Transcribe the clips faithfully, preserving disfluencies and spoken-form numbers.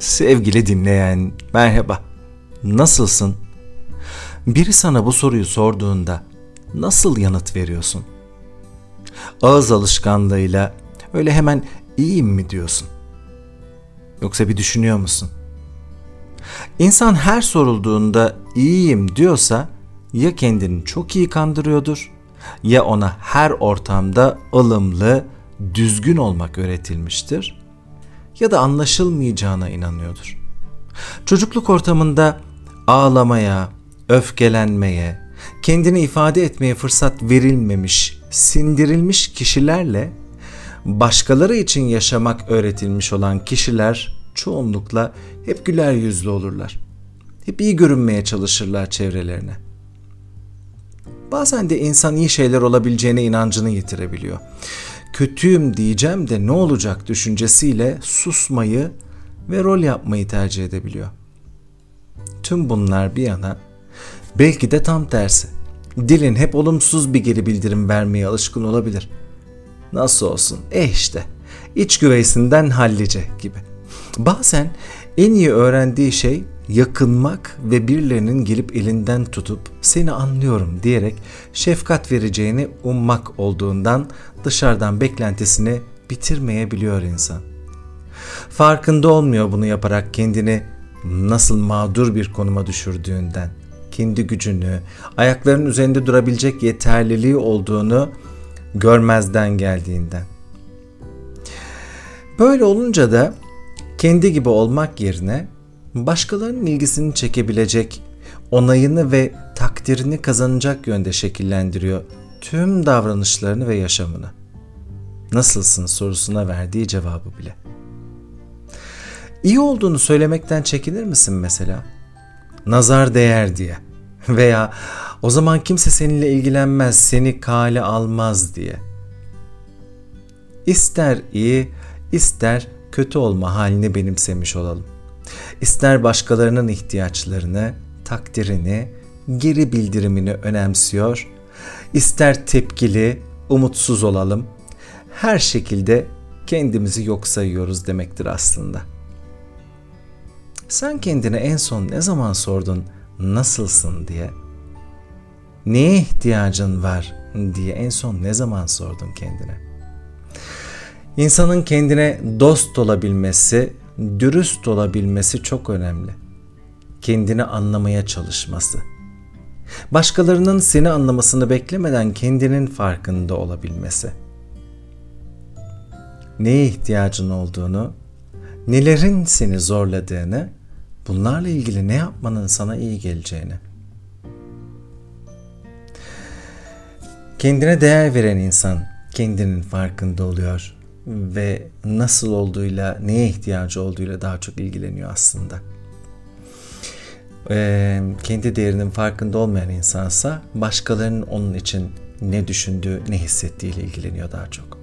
Sevgili dinleyen, merhaba. Nasılsın? Biri sana bu soruyu sorduğunda nasıl yanıt veriyorsun? Ağız alışkanlığıyla öyle hemen iyiyim mi diyorsun? Yoksa bir düşünüyor musun? İnsan her sorulduğunda iyiyim diyorsa ya kendini çok iyi kandırıyordur ya ona her ortamda ılımlı, düzgün olmak öğretilmiştir ya da anlaşılmayacağına inanıyordur. Çocukluk ortamında ağlamaya, öfkelenmeye, kendini ifade etmeye fırsat verilmemiş, sindirilmiş kişilerle başkaları için yaşamak öğretilmiş olan kişiler çoğunlukla hep güler yüzlü olurlar. Hep iyi görünmeye çalışırlar çevrelerine. Bazen de insan iyi şeyler olabileceğine inancını yitirebiliyor. Kötüyüm diyeceğim de ne olacak düşüncesiyle susmayı ve rol yapmayı tercih edebiliyor. Tüm bunlar bir yana, belki de tam tersi. Dilin hep olumsuz bir geri bildirim vermeye alışkın olabilir. Nasıl olsun? E işte, iç güveysinden hallice gibi. Bazen en iyi öğrendiği şey yakınmak ve birilerinin gelip elinden tutup seni anlıyorum diyerek şefkat vereceğini ummak olduğundan dışarıdan beklentisini bitirmeyebiliyor insan. Farkında olmuyor bunu yaparak kendini nasıl mağdur bir konuma düşürdüğünden, kendi gücünü, ayaklarının üzerinde durabilecek yeterliliği olduğunu görmezden geldiğinden. Böyle olunca da kendi gibi olmak yerine başkalarının ilgisini çekebilecek, onayını ve takdirini kazanacak yönde şekillendiriyor tüm davranışlarını ve yaşamını. Nasılsın sorusuna verdiği cevabı bile. İyi olduğunu söylemekten çekinir misin mesela? Nazar değer diye veya o zaman kimse seninle ilgilenmez, seni kale almaz diye. İster iyi, ister kötü olma halini benimsemiş olalım. İster başkalarının ihtiyaçlarını, takdirini, geri bildirimini önemsiyor, ister tepkili, umutsuz olalım, her şekilde kendimizi yok sayıyoruz demektir aslında. Sen kendine en son ne zaman sordun nasılsın diye? Neye ihtiyacın var diye en son ne zaman sordun kendine? İnsanın kendine dost olabilmesi, dürüst olabilmesi çok önemli. Kendini anlamaya çalışması. Başkalarının seni anlamasını beklemeden kendinin farkında olabilmesi. Neye ihtiyacın olduğunu, nelerin seni zorladığını, bunlarla ilgili ne yapmanın sana iyi geleceğini. Kendine değer veren insan kendinin farkında oluyor ve nasıl olduğuyla, neye ihtiyacı olduğuyla daha çok ilgileniyor aslında. Ee, kendi değerinin farkında olmayan insansa başkalarının onun için ne düşündüğü, ne hissettiğiyle ilgileniyor daha çok.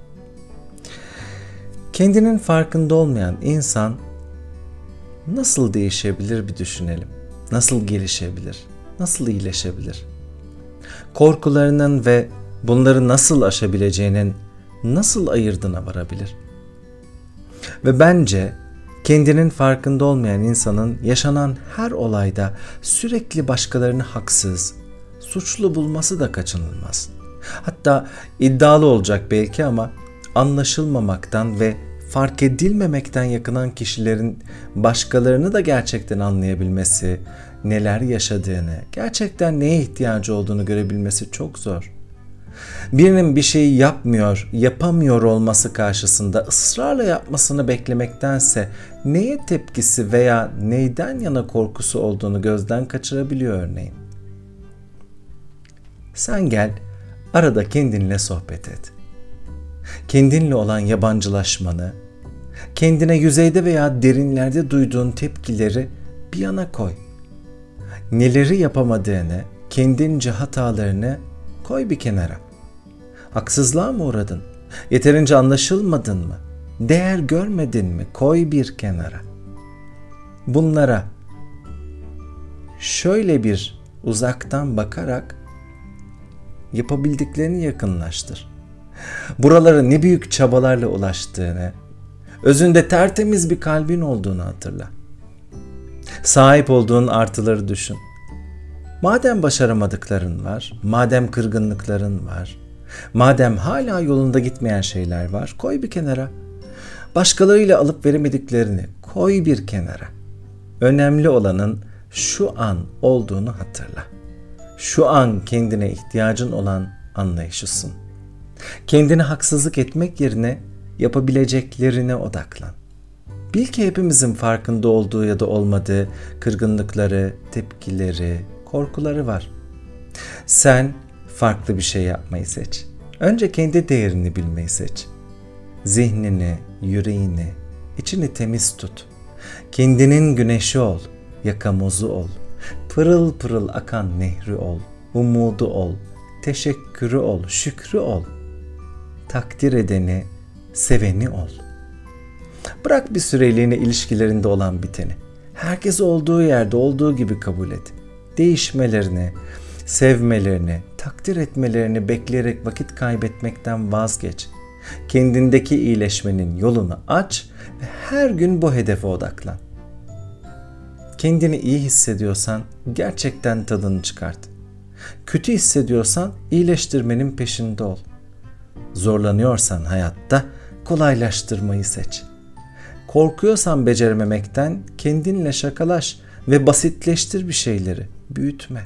Kendinin farkında olmayan insan nasıl değişebilir bir düşünelim. Nasıl gelişebilir? Nasıl iyileşebilir? Korkularının ve bunları nasıl aşabileceğinin nasıl ayırdığına varabilir? Ve bence kendinin farkında olmayan insanın yaşanan her olayda sürekli başkalarını haksız, suçlu bulması da kaçınılmaz. Hatta iddialı olacak belki ama anlaşılmamaktan ve fark edilmemekten yakınan kişilerin başkalarını da gerçekten anlayabilmesi, neler yaşadığını, gerçekten neye ihtiyacı olduğunu görebilmesi çok zor. Birinin bir şeyi yapmıyor, yapamıyor olması karşısında ısrarla yapmasını beklemektense neye tepkisi veya neyden yana korkusu olduğunu gözden kaçırabiliyor örneğin. Sen gel, arada kendinle sohbet et. Kendinle olan yabancılaşmanı, kendine yüzeyde veya derinlerde duyduğun tepkileri bir yana koy. Neleri yapamadığını, kendince hatalarını koy bir kenara. Haksızlığa mı uğradın? Yeterince anlaşılmadın mı? Değer görmedin mi? Koy bir kenara. Bunlara şöyle bir uzaktan bakarak yapabildiklerini yakınlaştır. Buralara ne büyük çabalarla ulaştığını, Özünde tertemiz bir kalbin olduğunu hatırla. Sahip olduğun artıları düşün. Madem başaramadıkların var, madem kırgınlıkların var, madem hala yolunda gitmeyen şeyler var, koy bir kenara. Başkalarıyla alıp veremediklerini koy bir kenara. Önemli olanın şu an olduğunu hatırla. Şu an kendine ihtiyacın olan anlayışısın. Kendine haksızlık etmek yerine yapabileceklerine odaklan. Bil ki hepimizin farkında olduğu ya da olmadığı kırgınlıkları, tepkileri, korkuları var. Sen farklı bir şey yapmayı seç. Önce kendi değerini bilmeyi seç. Zihnini, yüreğini, içini temiz tut. Kendinin güneşi ol, yakamozu ol. Pırıl pırıl akan nehri ol, umudu ol, teşekkürü ol, şükrü ol. Takdir edeni, seveni ol. Bırak bir süreliğine ilişkilerinde olan biteni. Herkes olduğu yerde olduğu gibi kabul et. Değişmelerini, sevmelerini, takdir etmelerini bekleyerek vakit kaybetmekten vazgeç. Kendindeki iyileşmenin yolunu aç ve her gün bu hedefe odaklan. Kendini iyi hissediyorsan gerçekten tadını çıkart. Kötü hissediyorsan iyileştirmenin peşinde ol. Zorlanıyorsan hayatta kolaylaştırmayı seç. Korkuyorsan becerememekten kendinle şakalaş ve basitleştir bir şeyleri, büyütme.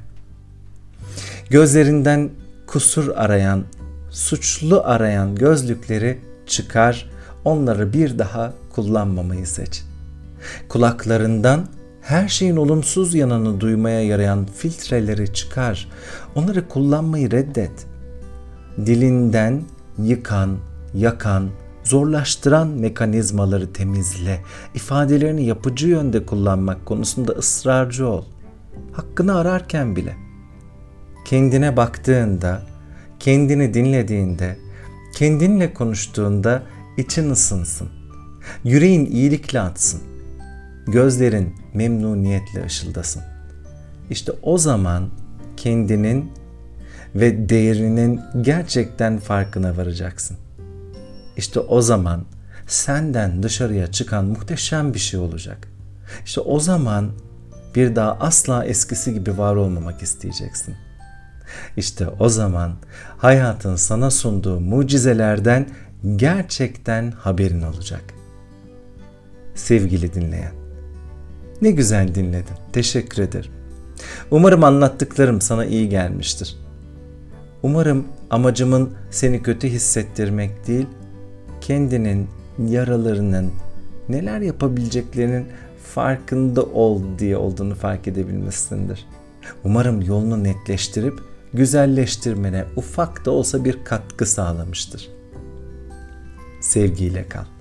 Gözlerinden kusur arayan, suçlu arayan gözlükleri çıkar, onları bir daha kullanmamayı seç. Kulaklarından her şeyin olumsuz yanını duymaya yarayan filtreleri çıkar, onları kullanmayı reddet. Dilinden yıkan, yakan, zorlaştıran mekanizmaları temizle. İfadelerini yapıcı yönde kullanmak konusunda ısrarcı ol. Hakkını ararken bile. Kendine baktığında, kendini dinlediğinde, kendinle konuştuğunda için ısınsın. Yüreğin iyilikle atsın. Gözlerin memnuniyetle ışıldasın. İşte o zaman kendinin ve değerinin gerçekten farkına varacaksın. İşte o zaman senden dışarıya çıkan muhteşem bir şey olacak. İşte o zaman bir daha asla eskisi gibi var olmamak isteyeceksin. İşte o zaman hayatın sana sunduğu mucizelerden gerçekten haberin olacak. Sevgili dinleyen, ne güzel dinledin. Teşekkür ederim. Umarım anlattıklarım sana iyi gelmiştir. Umarım amacımın seni kötü hissettirmek değil, kendinin yaralarının neler yapabileceklerinin farkında ol diye olduğunu fark edebilmişsindir. Umarım yolunu netleştirip güzelleştirmene ufak da olsa bir katkı sağlamıştır. Sevgiyle kal.